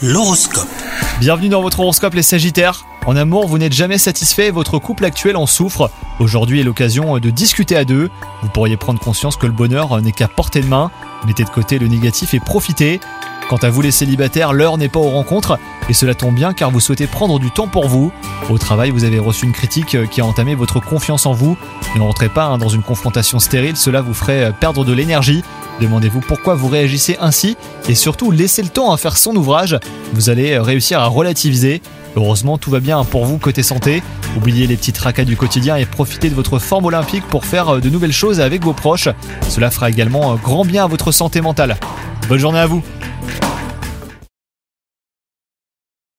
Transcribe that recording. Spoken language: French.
L'horoscope. Bienvenue dans votre horoscope les Sagittaires. En amour, vous n'êtes jamais satisfait et votre couple actuel en souffre. Aujourd'hui est l'occasion de discuter à deux. Vous pourriez prendre conscience que le bonheur n'est qu'à portée de main. Mettez de côté le négatif et profitez. Quant à vous les célibataires, l'heure n'est pas aux rencontres. Et cela tombe bien car vous souhaitez prendre du temps pour vous. Au travail, vous avez reçu une critique qui a entamé votre confiance en vous. Ne rentrez pas dans une confrontation stérile, cela vous ferait perdre de l'énergie. Demandez-vous pourquoi vous réagissez ainsi et surtout laissez le temps à faire son ouvrage. Vous allez réussir à relativiser. Heureusement, tout va bien pour vous côté santé. Oubliez les petits tracas du quotidien et profitez de votre forme olympique pour faire de nouvelles choses avec vos proches. Cela fera également grand bien à votre santé mentale. Bonne journée à vous.